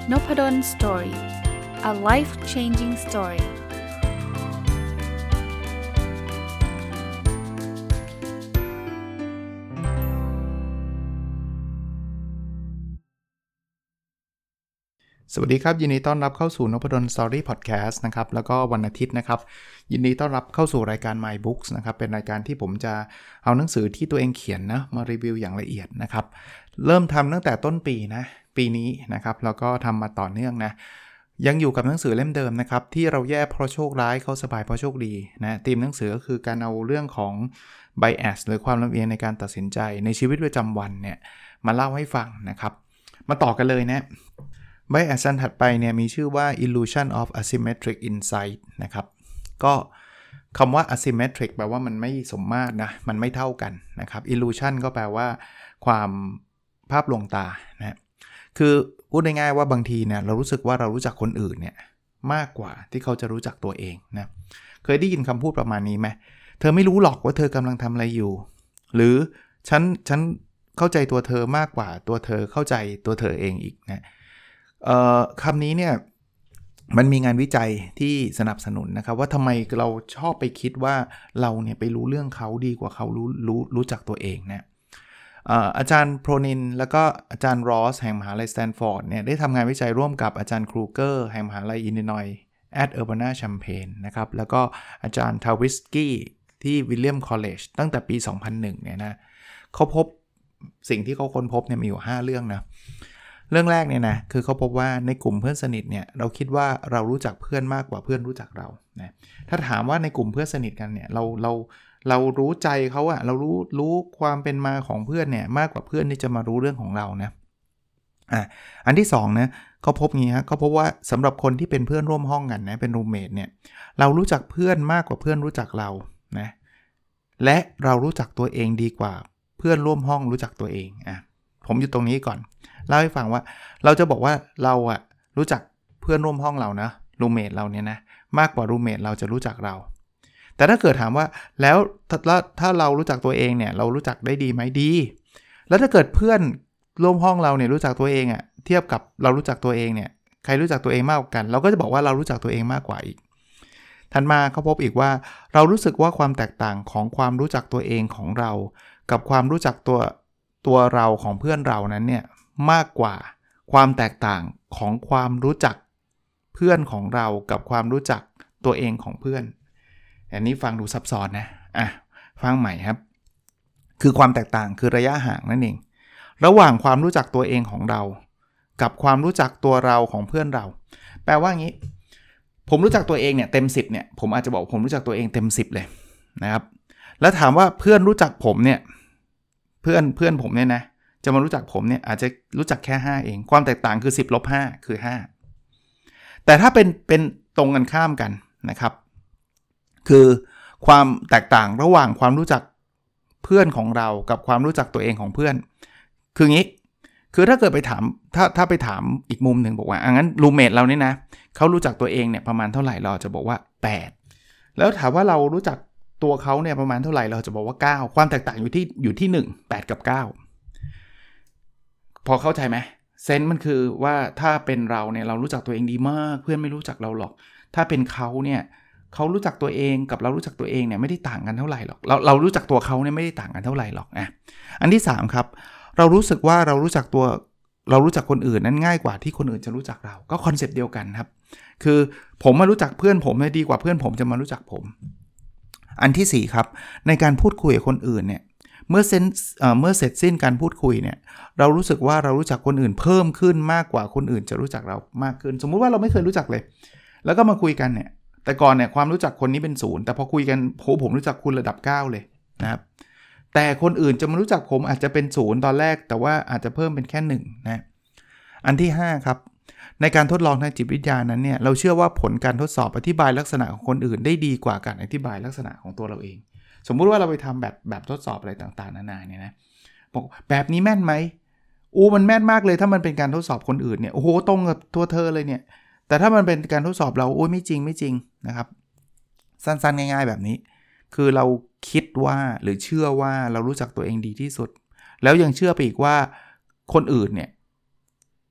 Nopadon Story. A life-changing story. สวัสดีครับยินดีต้อนรับเข้าสู่ Nopadon Story Podcast นะครับแล้วก็วันอาทิตย์นะครับยินดีต้อนรับเข้าสู่รายการ My Books นะครับเป็นรายการที่ผมจะเอาหนังสือที่ตัวเองเขียนนะมารีวิวอย่างละเอียดนะครับเริ่มทำตั้งแต่ต้นปีนะปีนี้นะครับแล้วก็ทำมาต่อเนื่องนะยังอยู่กับหนังสือเล่มเดิมนะครับที่เราแย่เพราะโชคร้ายเขาสบายเพราะโชคดีนะธีมหนังสือก็คือการเอาเรื่องของ bias หรือความลำเอียงในการตัดสินใจในชีวิตประจำวันเนี่ยมาเล่าให้ฟังนะครับมาต่อกันเลยนะbias อันถัดไปเนี่ยมีชื่อว่า illusion of asymmetric insight นะครับก็คำว่า asymmetric แปลว่ามันไม่สมมาตรนะมันไม่เท่ากันนะครับ illusion ก็แปลว่าความภาพลวงตานะคือพูดง่ายๆว่าบางทีเนี่ยเรารู้สึกว่าเรารู้จักคนอื่นเนี่ยมากกว่าที่เขาจะรู้จักตัวเองนะเคยได้ยินคำพูดประมาณนี้ไหมเธอไม่รู้หรอกว่าเธอกำลังทำอะไรอยู่หรือฉันเข้าใจตัวเธอมากกว่าตัวเธอเข้าใจตัวเธอเองอีกนะคำนี้เนี่ยมันมีงานวิจัยที่สนับสนุนนะครับว่าทำไมเราชอบไปคิดว่าเราเนี่ยไปรู้เรื่องเขาดีกว่าเขารู้จักตัวเองนะอาจารย์โพรนินแล้วก็อาจารย์รอสแห่งมหาลัยสแตนฟอร์ดเนี่ยได้ทำงานวิจัยร่วมกับอาจารย์ครูเกอร์แห่งมหาลัยอิลลินอยส์แอดเออร์บานาแชมเปญนะครับแล้วก็อาจารย์ทาวิสกี้ที่วิลเลียมคอลเลจตั้งแต่ปี 2001 เนี่ยนะเขาพบสิ่งที่เขาค้นพบเนี่ยมีอยู่5เรื่องนะเรื่องแรกเนี่ยนะคือเขาพบว่าในกลุ่มเพื่อนสนิทเนี่ยเราคิดว่าเรารู้จักเพื่อนมากกว่าเพื่อนรู้จักเรานะถ้าถามว่าในกลุ่มเพื่อนสนิทกันเนี่ยเรารู้ใจเขาอะเรารู้ความเป็นมาของเพื่อนเนี่ยมากกว่าเพื่อนที่จะมารู้เรื่องของเรานะอันที่2นะเขาพบงี้ฮะเขาพบว่าสำหรับคนที่เป็นเพื่อนร่วมห้องกันนะเป็นรูมเมทเนี่ยเรารู้จักเพื่อนมากกว่าเพื่อนรู้จักเรานะและเรารู้จักตัวเองดีกว่าเพื่อนร่วมห้องรู้จักตัวเองผมอยู่ตรงนี้ก่อนเล่าให้ฟังว่าเราจะบอกว่าเราอะรู้จักเพื่อนร่วมห้องเรานะรูมเมทเราเนี่ยนะมากกว่ารูมเมทเราจะรู้จักเราแต่ถ้าเกิดถามว่าแล้วถ้าเรารู้จักตัวเองเนี่ยเรารู้จักได้ดีไหมดีแล้วถ้าเกิดเพื่อนร่วมห้องเราเนี่ยรู้จักตัวเองอะเทียบกับเรารู้จักตัวเองเนี่ยใครรู้จักตัวเองมากกว่ากันเราก็จะบอกว่าเรารู้จักตัวเองมากกว่าอีกถัดมาเขาพบอีกว่าเรารู้สึกว่าความแตกต่างของความรู้จักตัวเองของเรากับความรู้จักตัวเราของเพื่อนเรานั้นเนี่ยมากกว่าความแตกต่างของความรู้จักเพื่อนของเรากับความรู้จักตัวเองของเพื่อนอันนี้ฟังดูซับซ้อนนะฟังใหม่ครับคือความแตกต่างคือระยะห่างนั่นเองระหว่างความรู้จักตัวเองของเรากับความรู้จักตัวเราของเพื่อนเราแปลว่างี้ผมรู้จักตัวเองเนี่ยเต็ม10เนี่ยผมอาจจะบอกผมรู้จักตัวเองเต็ม10เลยนะครับแล้วถามว่าเพื่อนรู้จักผมเนี่ยเพื่อนผมเนี่ยนะจะมารู้จักผมเนี่ยอาจจะรู้จักแค่5เองความแตกต่างคือ10 ลบ 5คือ5แต่ถ้าเป็นตรงกันข้ามกันนะครับคือความแตกต่างระหว่างความรู้จักเพื่อนของเรากับความรู้จักตัวเองของเพื่อนคืองี้คือถ้าเกิดไปถามถ้าไปถามอีกมุมหนึ่งบอกว่างั้นรูมเมทเราเนี่ยนะเขารู้จักตัวเองเนี่ยประมาณเท่าไหร่เราจะบอกว่า8แล้วถามว่าเรารู้จักตัวเขาเนี่ยประมาณเท่าไหร่เราจะบอกว่า9ความแตกต่างอยู่ที่1 8กับ9พอเข้าใจไหมเซนส์มันคือว่าถ้าเป็นเราเนี่ยเรารู้จักตัวเองดีมากเพื่อนไม่รู้จักเราหรอกถ้าเป็นเขาเนี่ยเขารู้จักตัวเองกับเรารู้จักตัวเองเนี่ยไม่ได้ต่างกันเท่าไหร่หรอกเรารู้จักตัวเขาเนี่ยไม่ได้ต่างกันเท่าไหร่หรอกอันที่3ครับเรารู้สึกว่าเรารู้จักคนอื่นนั้นง่ายกว่าที่คนอื่นจะรู้จักเราก็คอนเซ็ปต์เดียวกันครับคือผมมารู้จักเพื่อนผมได้ดีกว่าเพื่อนผมจะมารู้จักผมอันที่4ครับในการพูดคุยกับคนอื่นเนี่ยเมื่อเสร็จสิ้นการพูดคุยเนี่ยเรารู้สึกว่าเรารู้จักคนอื่นเพิ่มขึ้นมากกว่าคนอื่นจะรู้จักเรามากขึ้นสมมุติว่าเราไม่เคยรู้จักเลยแล้วก็มาคุยกันเนี่ยแต่ก่อนเนี่ยความรู้จักคนนี้เป็น0แต่พอคุยกันผมรู้จักคุณระดับ9เลยนะครับแต่คนอื่นจะมารู้จักผมอาจจะเป็น0ตอนแรกแต่ว่าอาจจะเพิ่มเป็นแค่1นะอันที่5ครับในการทดลองทางจิตวิทยานั้นเนี่ยเราเชื่อว่าผลการทดสอบอธิบายลักษณะของคนอื่นได้ดีกว่าการอธิบายลักษณะของตัวเราเองสมมุติว่าเราไปทำแบบทดสอบอะไรต่างๆนานาเนี่ยนะบอกแบบนี้แม่นไหมมันแม่นมากเลยถ้ามันเป็นการทดสอบคนอื่นเนี่ยโอ้โหตรงกับตัวเธอเลยเนี่ยแต่ถ้ามันเป็นการทดสอบเราไม่จริงนะครับสั้นๆง่ายๆแบบนี้คือเราคิดว่าหรือเชื่อว่าเรารู้จักตัวเองดีที่สุดแล้วยังเชื่อไปอีกว่าคนอื่นเนี่ย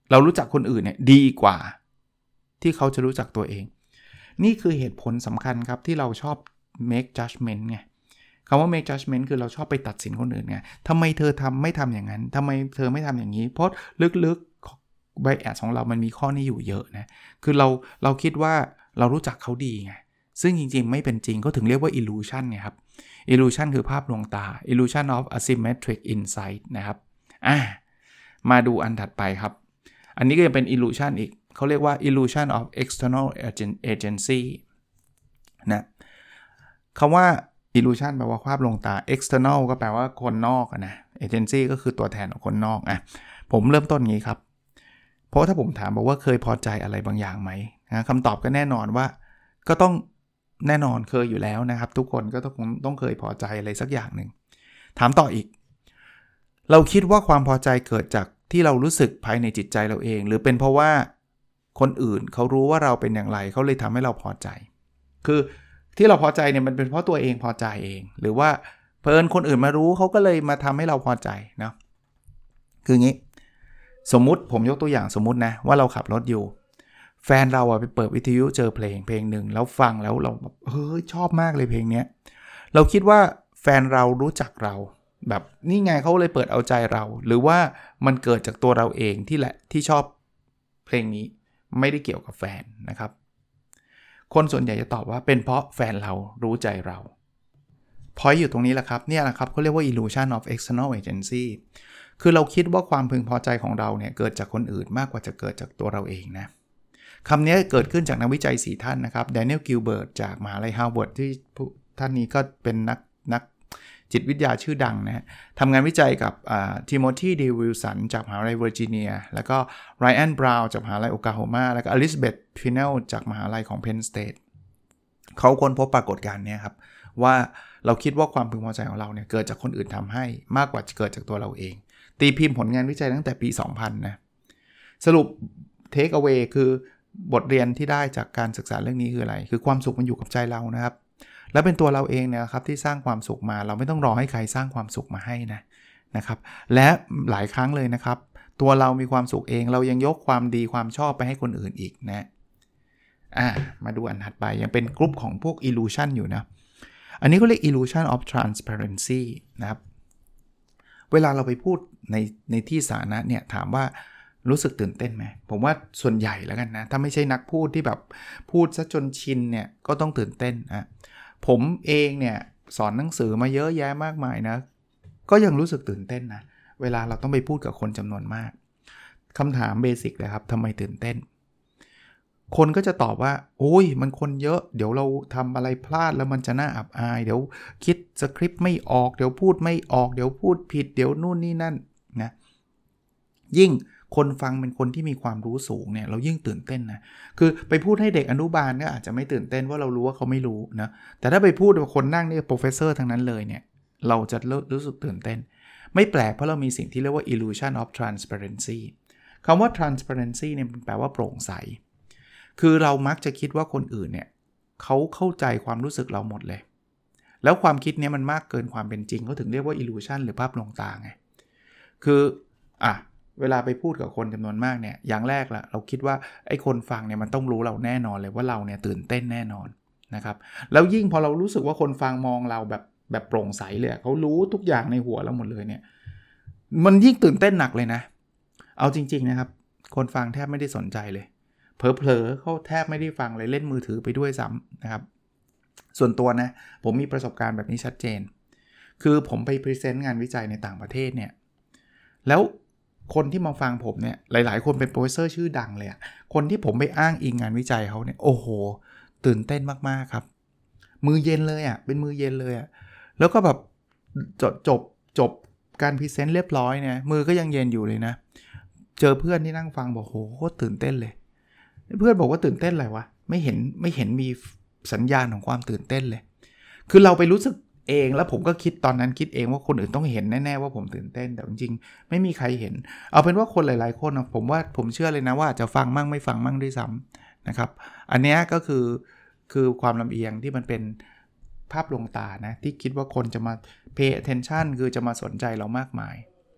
เรารู้จักคนอื่นเนี่ยดีกว่าที่เขาจะรู้จักตัวเองนี่คือเหตุผลสำคัญครับที่เราชอบ make judgment ไงคำว่า make judgment คือเราชอบไปตัดสินคนอื่นไงทำไมเธอไม่ทำอย่างนั้นทำไมเธอไม่ทำอย่างนี้เพราะลึกๆ bias ของเรามันมีข้อนี้อยู่เยอะนะคือเราคิดว่าเรารู้จักเขาดีไงซึ่งจริงๆไม่เป็นจริงเขาถึงเรียกว่า illusion ไงครับ illusion คือภาพลวงตา illusion of asymmetric insight นะครับมาดูอันถัดไปครับอันนี้ก็จะเป็น illusion อีกเขาเรียกว่า illusion of external agency นะคำว่า illusion แปลว่าภาพลวงตา external ก็แปลว่าคนนอกนะ agency ก็คือตัวแทนของคนนอกผมเริ่มต้นงี้ครับเพราะถ้าผมถามบอกว่าเคยพอใจอะไรบางอย่างไหมนะคำตอบก็แน่นอนว่าก็ต้องแน่นอนเคยอยู่แล้วนะครับทุกคนก็ต้องเคยพอใจอะไรสักอย่างหนึ่งถามต่ออีกเราคิดว่าความพอใจเกิดจากที่เรารู้สึกภายในจิตใจเราเองหรือเป็นเพราะว่าคนอื่นเขารู้ว่าเราเป็นอย่างไรเขาเลยทำให้เราพอใจคือที่เราพอใจเนี่ยมันเป็นเพราะตัวเองพอใจเองหรือว่าเพิ่นคนอื่นมารู้เขาก็เลยมาทำให้เราพอใจเนาะคืองี้สมมุติผมยกตัวอย่างสมมุตินะว่าเราขับรถอยู่แฟนเราไปเปิดวิทยุเจอเพลงหนึ่งแล้วฟังแล้วเราแบบชอบมากเลยเพลงนี้เราคิดว่าแฟนเรารู้จักเราแบบนี่ไงเขาเลยเปิดเอาใจเราหรือว่ามันเกิดจากตัวเราเองที่แหละที่ชอบเพลงนี้ไม่ได้เกี่ยวกับแฟนนะครับคนส่วนใหญ่จะตอบว่าเป็นเพราะแฟนเรารู้ใจเราพอยต์อยู่ตรงนี้แหละครับเนี่ยแหละครับเขาเรียกว่า illusion of external agency คือเราคิดว่าความพึงพอใจของเราเนี่ยเกิดจากคนอื่นมากกว่าจะเกิดจากตัวเราเองนะคำนี้เกิดขึ้นจากนักวิจัย4ท่านนะครับ Daniel Gilbert จากมหาลัยฮาร์วาร์ดที่ท่านนี้ก็เป็นนักจิตวิทยาชื่อดังนะทำงานวิจัยกับทิโมธีดีวิลสันจากมหาลัยเวอร์จิเนียแล้วก็ไรอันบราวน์จากมหาลัยโอคลาโฮมาแล้วก็อลิซาเบธฟินเนลจากมหาลัยของเพนสเตทเขาค้นพบปรากฏการณ์นี้ครับว่าเราคิดว่าความพึงพอใจของเราเนี่ยเกิดจากคนอื่นทำให้มากกว่าเกิดจากตัวเราเองตีพิมพ์ผลงานวิจัยตั้งแต่ปี 2000 นะสรุป take away คือบทเรียนที่ได้จากการศึกษาเรื่องนี้คืออะไรคือความสุขมันอยู่กับใจเรานะครับและเป็นตัวเราเองเนี่ยครับที่สร้างความสุขมาเราไม่ต้องรอให้ใครสร้างความสุขมาให้นะครับและหลายครั้งเลยนะครับตัวเรามีความสุขเองเรายังยกความดีความชอบไปให้คนอื่นอีกนะมาดูอันถัดไปยังเป็นกลุ่มของพวก illusion อยู่นะอันนี้ก็เรียก illusion of transparency นะครับเวลาเราไปพูดในที่สาธารณะเนี่ยถามว่ารู้สึกตื่นเต้นไหมผมว่าส่วนใหญ่แล้วกันนะถ้าไม่ใช่นักพูดที่แบบพูดซะจนชินเนี่ยก็ต้องตื่นเต้นผมเองเนี่ยสอนหนังสือมาเยอะแยะมากมายนะก็ยังรู้สึกตื่นเต้นนะเวลาเราต้องไปพูดกับคนจำนวนมากคำถามเบสิกเลยครับทำไมตื่นเต้นคนก็จะตอบว่าโอ้ยมันคนเยอะเดี๋ยวเราทำอะไรพลาดแล้วมันจะน่าอับอายเดี๋ยวคิดสคริปต์ไม่ออกเดี๋ยวพูดไม่ออกเดี๋ยวพูดผิดเดี๋ยวนู่นนี่นั่นนะยิ่งคนฟังเป็นคนที่มีความรู้สูงเนี่ยเรายิ่งตื่นเต้นนะคือไปพูดให้เด็กอนุบาลก็อาจจะไม่ตื่นเต้นว่าเรารู้ว่าเขาไม่รู้นะแต่ถ้าไปพูดกับคนนั่งนี่โปรเฟสเซอร์ทั้งนั้นเลยเนี่ยเราจะรู้สึกตื่นเต้นไม่แปลกเพราะเรามีสิ่งที่เรียกว่า illusion of transparency คำว่า transparency เนี่ยแปลว่าโปร่งใสคือเรามักจะคิดว่าคนอื่นเนี่ยเขาเข้าใจความรู้สึกเราหมดเลยแล้วความคิดนี้มันมากเกินความเป็นจริงเขาถึงเรียกว่า illusion หรือภาพลวงตาไงคือเวลาไปพูดกับคนจำนวนมากเนี่ยอย่างแรกละเราคิดว่าไอ้คนฟังเนี่ยมันต้องรู้เราแน่นอนเลยว่าเราเนี่ยตื่นเต้นแน่นอนนะครับแล้วยิ่งพอเรารู้สึกว่าคนฟังมองเราแบบโปร่งใสเลยเขารู้ทุกอย่างในหัวเราหมดเลยเนี่ยมันยิ่งตื่นเต้นหนักเลยนะเอาจริงๆนะครับคนฟังแทบไม่ได้สนใจเลยเผลอๆเขาแทบไม่ได้ฟังเลยเล่นมือถือไปด้วยซ้ำนะครับส่วนตัวนะผมมีประสบการณ์แบบนี้ชัดเจนคือผมไปพรีเซนต์งานวิจัยในต่างประเทศเนี่ยแล้วคนที่มาฟังผมเนี่ยหลายๆคนเป็นโปรเฟสเซอร์ชื่อดังเลยคนที่ผมไปอ้างอิงงานวิจัยเขาเนี่ยโอ้โหตื่นเต้นมากๆครับมือเย็นเลยเป็นมือเย็นเลยแล้วก็แบบจบการพรีเซนต์เรียบร้อยเนี่ยมือก็ยังเย็นอยู่เลยนะเจอเพื่อนที่นั่งฟังบอกโหโคตรตื่นเต้นเลยเพื่อนบอกว่าตื่นเต้นอะไรวะไม่เห็นมีสัญญาณของความตื่นเต้นเลยคือเราไปรู้สึกเองแล้วผมก็ตอนนั้นคิดเองว่าคนอื่นต้องเห็นแน่ๆว่าผมตื่นเต้นแต่จริงๆไม่มีใครเห็นเอาเป็นว่าคนหลายๆคนผมเชื่อเลยนะว่าจะฟังมั่งไม่ฟังมั่งด้วยซ้ำนะครับอันนี้ก็คือความลำเอียงที่มันเป็นภาพลวงตานะที่คิดว่าคนจะมา pay attention คือจะมาสนใจเรามากมาย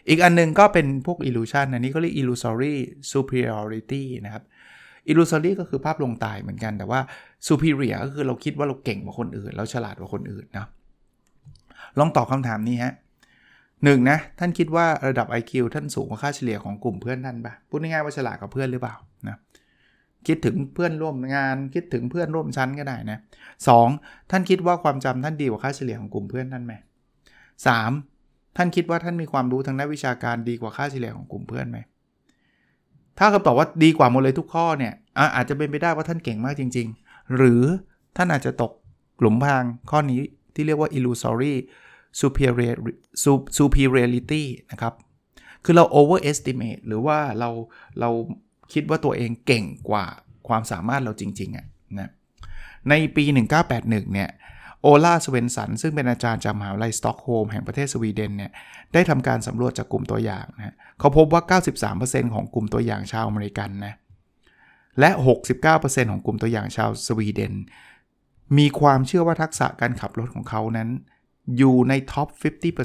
อีกอันนึงก็เป็นพวก illusion อันนี้ก็เรียก illusory superiority นะครับ illusory ก็คือภาพลวงตาเหมือนกันแต่ว่า superior ก็คือเราคิดว่าเราเก่งกว่าคนอื่นเราฉลาดกว่าคนอื่นนะลองตอบคำถามนี้ฮะ1นะท่านคิดว่าระดับ IQ ท่านสูงกว่าค่าเฉลี่ยของกลุ่มเพื่อนท่านป่ะพูดง่ายๆว่าฉลาดกว่าเพื่อนหรือเปล่านะคิดถึงเพื่อนร่วมงานคิดถึงเพื่อนร่วมชั้นก็ได้นะ2ท่านคิดว่าความจำท่านดีกว่าค่าเฉลี่ยของกลุ่มเพื่อนท่านไหม3ท่านคิดว่าท่านมีความรู้ทางด้านวิชาการดีกว่าค่าเฉลี่ยของกลุ่มเพื่อนไหมถ้าคำตอบว่าดีกว่าหมดเลยทุกข้อเนี่ยอาจจะเป็นไปได้ว่าท่านเก่งมากจริงๆหรือท่านอาจจะตกหลุมพรางข้อนี้ที่เรียกว่า illusory superiority นะครับคือเรา overestimate หรือว่าเราคิดว่าตัวเองเก่งกว่าความสามารถเราจริงๆนะในปี1981เนี่ยโอลาสเวนสันซึ่งเป็นอาจารย์จากมหาวิทยาลัยสต็อกโฮล์มแห่งประเทศสวีเดนเนี่ยได้ทำการสำรวจจากกลุ่มตัวอย่างนะเขาพบว่า 93% ของกลุ่มตัวอย่างชาวอเมริกันนะและ 69% ของกลุ่มตัวอย่างชาวสวีเดนมีความเชื่อว่าทักษะการขับรถของเขานั้นอยู่ในท็อป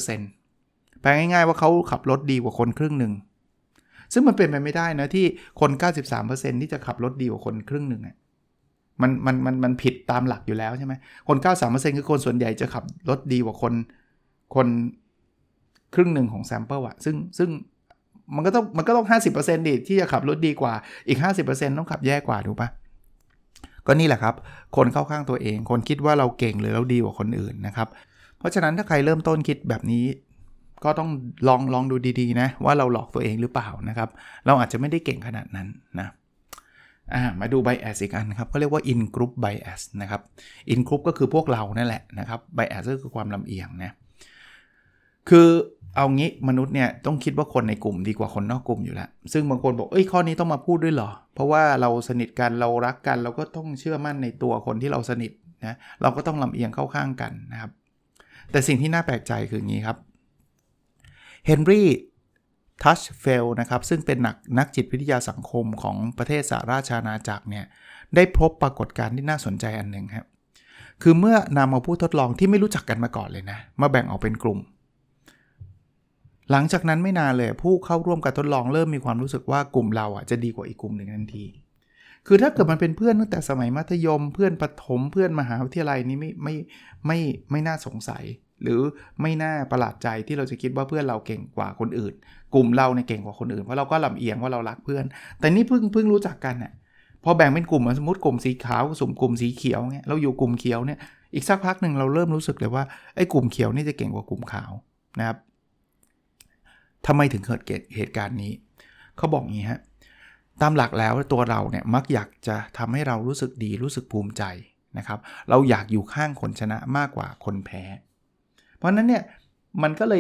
50% แปลง่ายๆว่าเขาขับรถดีกว่าคนครึ่งหนึ่งซึ่งมันเป็นไปไม่ได้นะที่คน 93% ที่จะขับรถดีกว่าคนครึ่งหนึ่งมันผิดตามหลักอยู่แล้วใช่ไหมคน 93% คือคนส่วนใหญ่จะขับรถดีกว่าคนครึ่งหนึ่งของแซมเปิลอะซึ่งมันก็ต้อง 50% ดิที่จะขับรถดีกว่าอีก 50% ต้องขับแย่กว่าถูกปะก็นี่แหละครับคนเข้าข้างตัวเองคนคิดว่าเราเก่งหรือเราดีกว่าคนอื่นนะครับเพราะฉะนั้นถ้าใครเริ่มต้นคิดแบบนี้ก็ต้องลองดูดีๆนะว่าเราหลอกตัวเองหรือเปล่านะครับเราอาจจะไม่ได้เก่งขนาดนั้นนะมาดู bias อีกอันครับเขาเรียกว่า in group bias นะครับ in group ก็คือพวกเรานั่นแหละนะครับ bias ก็คือความลำเอียงนะคือเอางี้มนุษย์เนี่ยต้องคิดว่าคนในกลุ่มดีกว่าคนนอกกลุ่มอยู่แล้วซึ่งบางคนบอกข้อนี้ต้องมาพูดด้วยเหรอเพราะว่าเราสนิทกันเรารักกันเราก็ต้องเชื่อมั่นในตัวคนที่เราสนิทนะเราก็ต้องลำเอียงเข้าข้างกันนะครับแต่สิ่งที่น่าแปลกใจคืออย่างนี้ครับเฮนรี่ทัชเฟลนะครับซึ่งเป็นนักจิตวิทยาสังคมของประเทศสหราชอาณาจักรเนี่ยได้พบปรากฏการณ์ที่น่าสนใจอันหนึ่งครับคือเมื่อนำเอาผู้ทดลองที่ไม่รู้จักกันมาก่อนเลยนะมาแบ่งออกเป็นกลุ่มหลังจากนั้นไม่นานเลยผู้เข้าร่วมการทดลองเริ่มมีความรู้สึกว่ากลุ่มเราจะดีกว่าอีกกลุ่มหนึ่งทันทีคือถ้าเกิดมันเป็นเพื่อนตั้งแต่สมัยมัธยมเพื่อนประถมเพื่อนมหาวิทยาลัยนี้ไม่น่าสงสัยหรือไม่น่าประหลาดใจที่เราจะคิดว่าเพื่อนเราเก่งกว่าคนอื่นกลุ่มเราเนี่ยเก่งกว่าคนอื่นเพราะเราก็ลำเอียงว่าเรารักเพื่อนแต่นี่เพิ่งรู้จักกันพอแบ่งเป็นกลุ่มสมมติกลุ่มสีขาวกับกลุ่มสีเขียวเนี่ยเราอยู่กลุ่มเขียวเนี่ยอีกสักพักนึงเราเริ่มรู้สึกเลยว่าไอ้กลุ่มเขียวนี่จะเก่งกว่ากลุ่มขาวนะครับทำไมถึงเกิดเหตุการณ์นี้เขาบอกงี้ฮะตามหลักแล้วตัวเราเนี่ยมักอยากจะทำให้เรารู้สึกดีรู้สึกภูมิใจนะครับเราอยากอยู่ข้างคนชนะมากกว่าคนแพ้เพราะนั้นเนี่ยมันก็เลย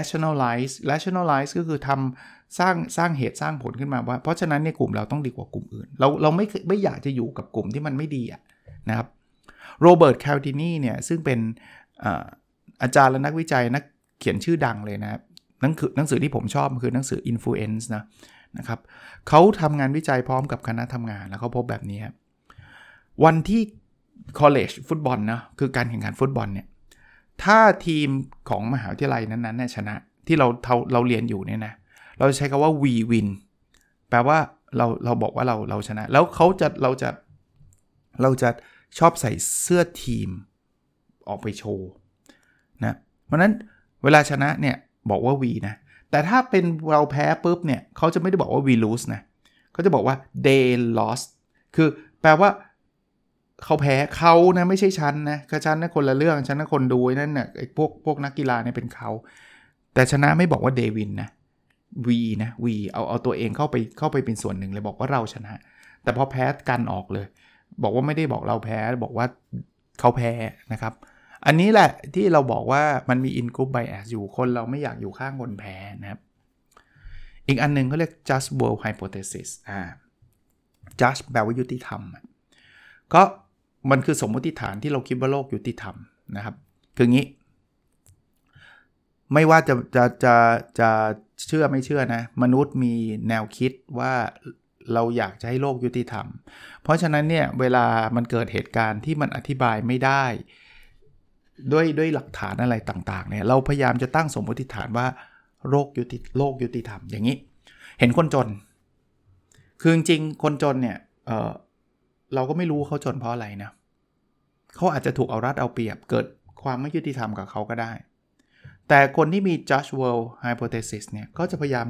rationalize ก็คือทำสร้างเหตุสร้างผลขึ้นมาว่าเพราะฉะนั้นเนี่ยกลุ่มเราต้องดีกว่ากลุ่มอื่นเราไม่อยากจะอยู่กับกลุ่มที่มันไม่ดีนะครับโรเบิร์ตแคลดินีเนี่ยซึ่งเป็นอาจารย์และนักวิจัยนักเขียนชื่อดังเลยนะครับหนังสือที่ผมชอบคือหนังสือ Influence นะครับเขาทำงานวิจัยพร้อมกับคณะทำงานแล้วเขาพบแบบนี้ครับวันที่ college ฟุตบอลนะคือการแข่งขันฟุตบอลเนี่ยถ้าทีมของมหาวิทยาลัยนั้นๆเนี่ยชนะที่เราเรียนอยู่เนี่ยนะเราใช้คำว่า we win แปลว่าเราบอกว่าเราชนะแล้วเราจะชอบใส่เสื้อทีมออกไปโชว์นะเพราะนั้นเวลาชนะเนี่ยบอกว่า we นะแต่ถ้าเป็นเราแพ้ปุ๊บเนี่ยเขาจะไม่ได้บอกว่า we lose นะเขาจะบอกว่า they lost คือแปลว่าเขาแพ้เขานะไม่ใช่ฉันนะฉันนะคนละเรื่องฉันนะคนดูนั่นน่ะไอ้พวกนักกีฬาเนี่ยเป็นเขาแต่ชนะไม่บอกว่า they win นะ we นะ we เอาตัวเองเข้าไปเป็นส่วนหนึ่งเลยบอกว่าเราชนะแต่พอแพ้กันออกเลยบอกว่าไม่ได้บอกเราแพ้บอกว่าเขาแพ้นะครับอันนี้แหละที่เราบอกว่ามันมี in group bias อยู่คนเราไม่อยากอยู่ข้างคนแพ้นะครับอีกอันนึงเขาเรียก just world hypothesis just แปลว่ายุติธรรมก็มันคือสมมติฐานที่เราคิดว่าโลกยุติธรรมนะครับคืองี้ไม่ว่าจะเชื่อไม่เชื่อนะมนุษย์มีแนวคิดว่าเราอยากจะให้โลกยุติธรรมเพราะฉะนั้นเนี่ยเวลามันเกิดเหตุการณ์ที่มันอธิบายไม่ได้ด้วยหลักฐานอะไรต่างๆเนี่ยเราพยายามจะตั้งสมมติฐานว่าโลกยุติธรรมอย่างนี้เห็นคนจนคือจริงๆคนจนเนี่ยเราก็ไม่รู้เขาจนเพราะอะไรนะเขาอาจจะถูกเอารัดเอาเปรียบเกิดความไม่ยุติธรรมกับเขาก็ได้แต่คนที่มี Judge World Hypothesis เนี่ยก็จะพยายาม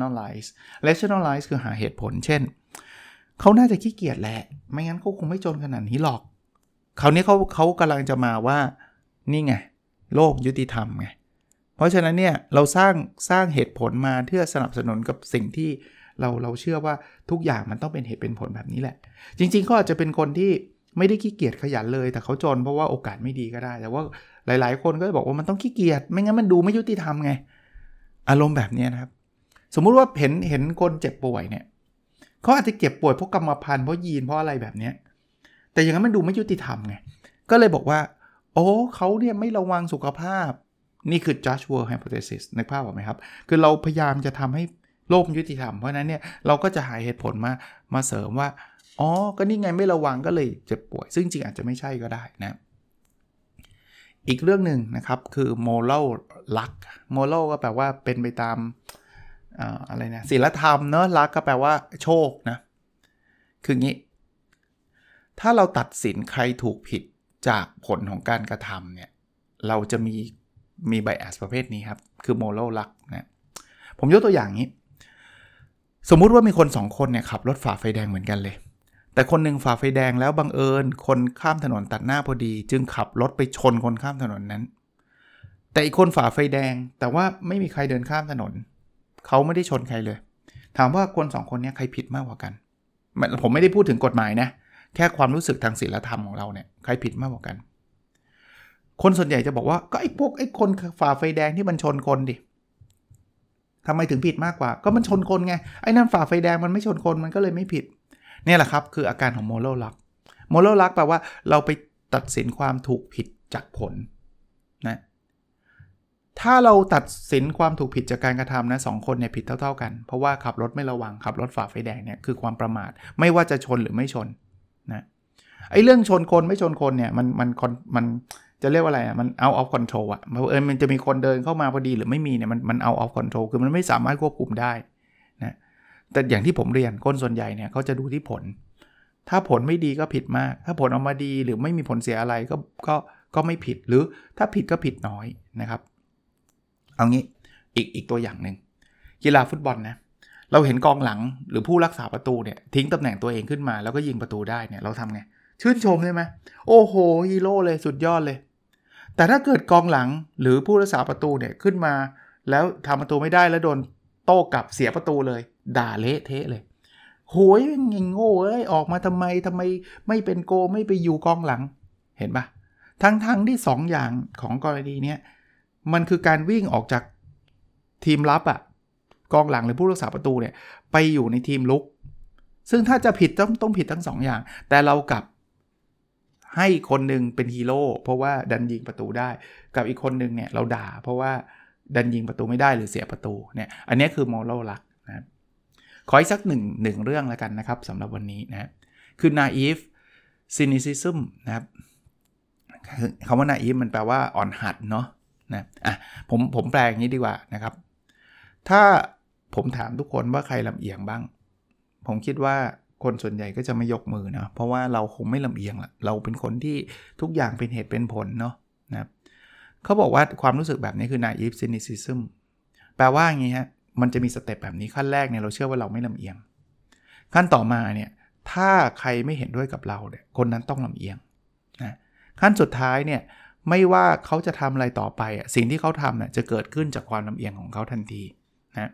rationalize คือหาเหตุผลเช่นเขาน่าจะขี้เกียจแหละไม่งั้นเขาคงไม่จนขนาดนี้หรอกคราวนี้เขากำลังจะมาว่านี่ไงโลกยุติธรรมไงเพราะฉะนั้นเนี่ยเราสร้างเหตุผลมาเพื่อสนับสนุนกับสิ่งที่เราเชื่อว่าทุกอย่างมันต้องเป็นเหตุเป็นผลแบบนี้แหละจริงๆเขาอาจจะเป็นคนที่ไม่ได้ขี้เกียจขยันเลยแต่เขาจนเพราะว่าโอกาสไม่ดีก็ได้แต่ว่าหลายๆคนก็บอกว่ามันต้องขี้เกียจไม่งั้นมันดูไม่ยุติธรรมไงอารมณ์แบบนี้นะครับสมมุติว่าเห็นคนเจ็บป่วยเนี่ยเขาอาจจะเจ็บป่วยเพราะกรรมพันธุ์เพราะยีนเพราะอะไรแบบนี้แต่อย่างนั้นมันดูไม่ยุติธรรมไงก็เลยบอกว่าโอ้เขาเนี่ยไม่ระวังสุขภาพนี่คือ Judge World Hypothesis นึกภาพออกไหมครับคือเราพยายามจะทำให้โลกยุติธรรมเพราะนั้นเนี่ยเราก็จะหาเหตุผลมาเสริมว่าอ๋อก็นี่ไงไม่ระวังก็เลยเจ็บป่วยซึ่งจริงอาจจะไม่ใช่ก็ได้นะอีกเรื่องหนึ่งนะครับคือ moral luck moral ก็แปลว่าเป็นไปตามอะไรนะศีลธรรมเนอะ luck ก็แปลว่าโชคนะคืองี้ถ้าเราตัดสินใครถูกผิดจากผลของการกระทำเนี่ยเราจะมี bias ประเภทนี้ครับคือ moral luck นะผมยกตัวอย่างนี้สมมุติว่ามีคน2คนเนี่ยขับรถฝ่าไฟแดงเหมือนกันเลยแต่คนหนึ่งฝ่าไฟแดงแล้วบังเอิญคนข้ามถนนตัดหน้าพอดีจึงขับรถไปชนคนข้ามถนนนั้นแต่อีกคนฝ่าไฟแดงแต่ว่าไม่มีใครเดินข้ามถนนเขาไม่ได้ชนใครเลยถามว่าคน2คนนี้ใครผิดมากกว่ากันผมไม่ได้พูดถึงกฎหมายนะแค่ความรู้สึกทางศีลธรรมของเราเนี่ยใครผิดมากกว่ากันคนส่วนใหญ่จะบอกว่าก็ไอ้คนฝ่าไฟแดงที่มันชนคนดิทำไมถึงผิดมากกว่าก็มันชนคนไงไอ้นั่นฝ่าไฟแดงมันไม่ชนคนมันก็เลยไม่ผิดเนี่ยแหละครับคืออาการของ moral luck moral luck แปลว่าเราไปตัดสินความถูกผิดจากผลนะถ้าเราตัดสินความถูกผิดจากการกระทำนะ2คนเนี่ยผิดเท่าๆกันเพราะว่าขับรถไม่ระวังขับรถฝ่าไฟแดงเนี่ยคือความประมาทไม่ว่าจะชนหรือไม่ชนนะไอ้เรื่องชนคนไม่ชนคนเนี่ยมันจะเรียกว่าอะไรมัน out of control อ่ะมันจะมีคนเดินเข้ามาพอดีหรือไม่มีเนี่ยมัน out of control คือมันไม่สามารถควบคุมได้นะแต่อย่างที่ผมเรียนคนส่วนใหญ่เนี่ยเขาจะดูที่ผลถ้าผลไม่ดีก็ผิดมากถ้าผลออกมาดีหรือไม่มีผลเสียอะไรก็ไม่ผิดหรือถ้าผิดก็ผิดน้อยนะครับเอางี้อีกตัวอย่างนึงกีฬาฟุตบอลนะเราเห็นกองหลังหรือผู้รักษาประตูเนี่ยทิ้งตำแหน่งตัวเองขึ้นมาแล้วก็ยิงประตูได้เนี่ยเราทำไงชื่นชมใช่ไหมโอ้โหฮีโร่เลยสุดยอดเลยแต่ถ้าเกิดกองหลังหรือผู้รักษาประตูเนี่ยขึ้นมาแล้วทำประตูไม่ได้แล้วโดนโต้กลับเสียประตูเลยด่าเละเทะเลยโหยยังโง่เอ้ยออกมาทำไมไม่เป็นโกไม่ไปอยู่กองหลังเห็นปะทั้งที่2อย่างของกรณีนี้มันคือการวิ่งออกจากทีมรับอ่ะกองหลังหรือผู้รักษาประตูเนี่ยไปอยู่ในทีมลุกซึ่งถ้าจะผิดต้องผิดทั้ง2อย่างแต่เรากลับให้คนนึงเป็นฮีโร่เพราะว่าดันยิงประตูได้กับอีกคนนึงเนี่ยเราด่าเพราะว่าดันยิงประตูไม่ได้หรือเสียประตูเนี่ยอันนี้คือ moral luck นะขออีกสักหนึ่งเรื่องแล้วกันนะครับสำหรับวันนี้นะคือ naive cynicism นะครับคำว่า naive มันแปลว่าอ่อนหัดเนาะนะผมแปลอย่างนี้ดีกว่านะครับถ้าผมถามทุกคนว่าใครลำเอียงบ้างผมคิดว่าคนส่วนใหญ่ก็จะไม่ยกมือนะเพราะว่าเราคงไม่ลำเอียงละเราเป็นคนที่ทุกอย่างเป็นเหตุเป็นผลเนาะนะเขาบอกว่าความรู้สึกแบบนี้คือ naive cynicism แปลว่าอย่างนี้ฮะมันจะมีสเต็ปแบบนี้ขั้นแรกเนี่ยเราเชื่อว่าเราไม่ลำเอียงขั้นต่อมาเนี่ยถ้าใครไม่เห็นด้วยกับเราเนี่ยคนนั้นต้องลำเอียงนะขั้นสุดท้ายเนี่ยไม่ว่าเขาจะทำอะไรต่อไปสิ่งที่เขาทำเนี่ยจะเกิดขึ้นจากความลำเอียงของเขาทันทีนะ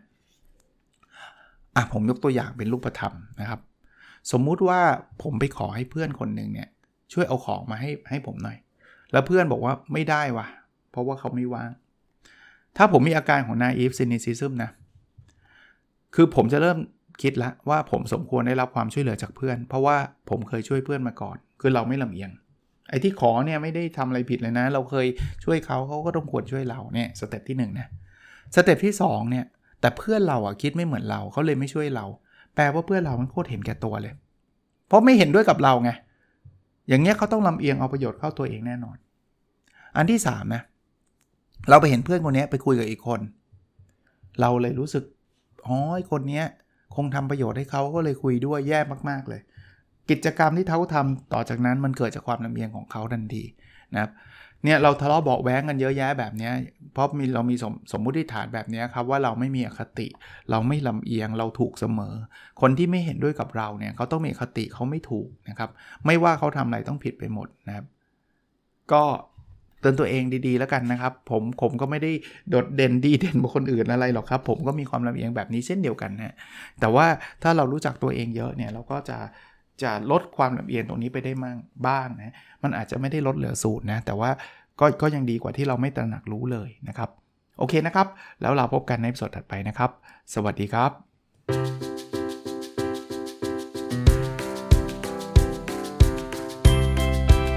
ผมยกตัวอย่างเป็นรูปธรรมนะครับสมมุติว่าผมไปขอให้เพื่อนคนหนึ่งเนี่ยช่วยเอาของมาให้ผมหน่อยแล้วเพื่อนบอกว่าไม่ได้ว่ะเพราะว่าเขาไม่ว่างถ้าผมมีอาการของ naive cynicism นะคือผมจะเริ่มคิดละว่าผมสมควรได้รับความช่วยเหลือจากเพื่อนเพราะว่าผมเคยช่วยเพื่อนมาก่อนคือเราไม่ลำเอียงไอ้ที่ขอเนี่ยไม่ได้ทำอะไรผิดเลยนะเราเคยช่วยเขาก็ต้องควรช่วยเราเนี่ยสเต็ปที่1นะสเต็ปที่2เนี่ยแต่เพื่อนเราคิดไม่เหมือนเราเขาเลยไม่ช่วยเราแปลว่าเพื่อนเรามันโคตรเห็นแก่ตัวเลยเพราะไม่เห็นด้วยกับเราไงอย่างเงี้ยเขาต้องลำเอียงเอาประโยชน์เข้าตัวเองแน่นอนอันที่3นะเราไปเห็นเพื่อนคนนี้ไปคุยกับอีกคนเราเลยรู้สึกอ๋อคนเนี้ยคงทำประโยชน์ให้เขาก็เลยคุยด้วยแย่มากๆเลยกิจกรรมที่เขาทำต่อจากนั้นมันเกิดจากความลำเอียงของเขาทันทีนะครับเนี่ยเราทะเลาะเบาะแว้งกันเยอะแยะแบบนี้เพราะเรามีสมมุติฐานแบบนี้ครับว่าเราไม่มีอคติเราไม่ลำเอียงเราถูกเสมอคนที่ไม่เห็นด้วยกับเราเนี่ยเขาต้องมีอคติเขาไม่ถูกนะครับไม่ว่าเขาทำอะไรต้องผิดไปหมดนะครับก็เตือนตัวเองดีๆแล้วกันนะครับผมก็ไม่ได้โดดเด่นดีเด่นกว่าคนอื่นอะไรหรอกครับผมก็มีความลำเอียงแบบนี้เช่นเดียวกันนะแต่ว่าถ้าเรารู้จักตัวเองเยอะเนี่ยเราก็จะลดความลำเอียงตรงนี้ไปได้บ้างนะมันอาจจะไม่ได้ลดเหลือศูนย์นะแต่ว่าก็ยังดีกว่าที่เราไม่ตระหนักรู้เลยนะครับโอเคนะครับแล้วเราพบกันในตอนถัดไปนะครับสวัสดีครับ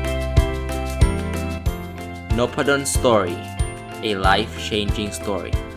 Nopadon Story, a life-changing story.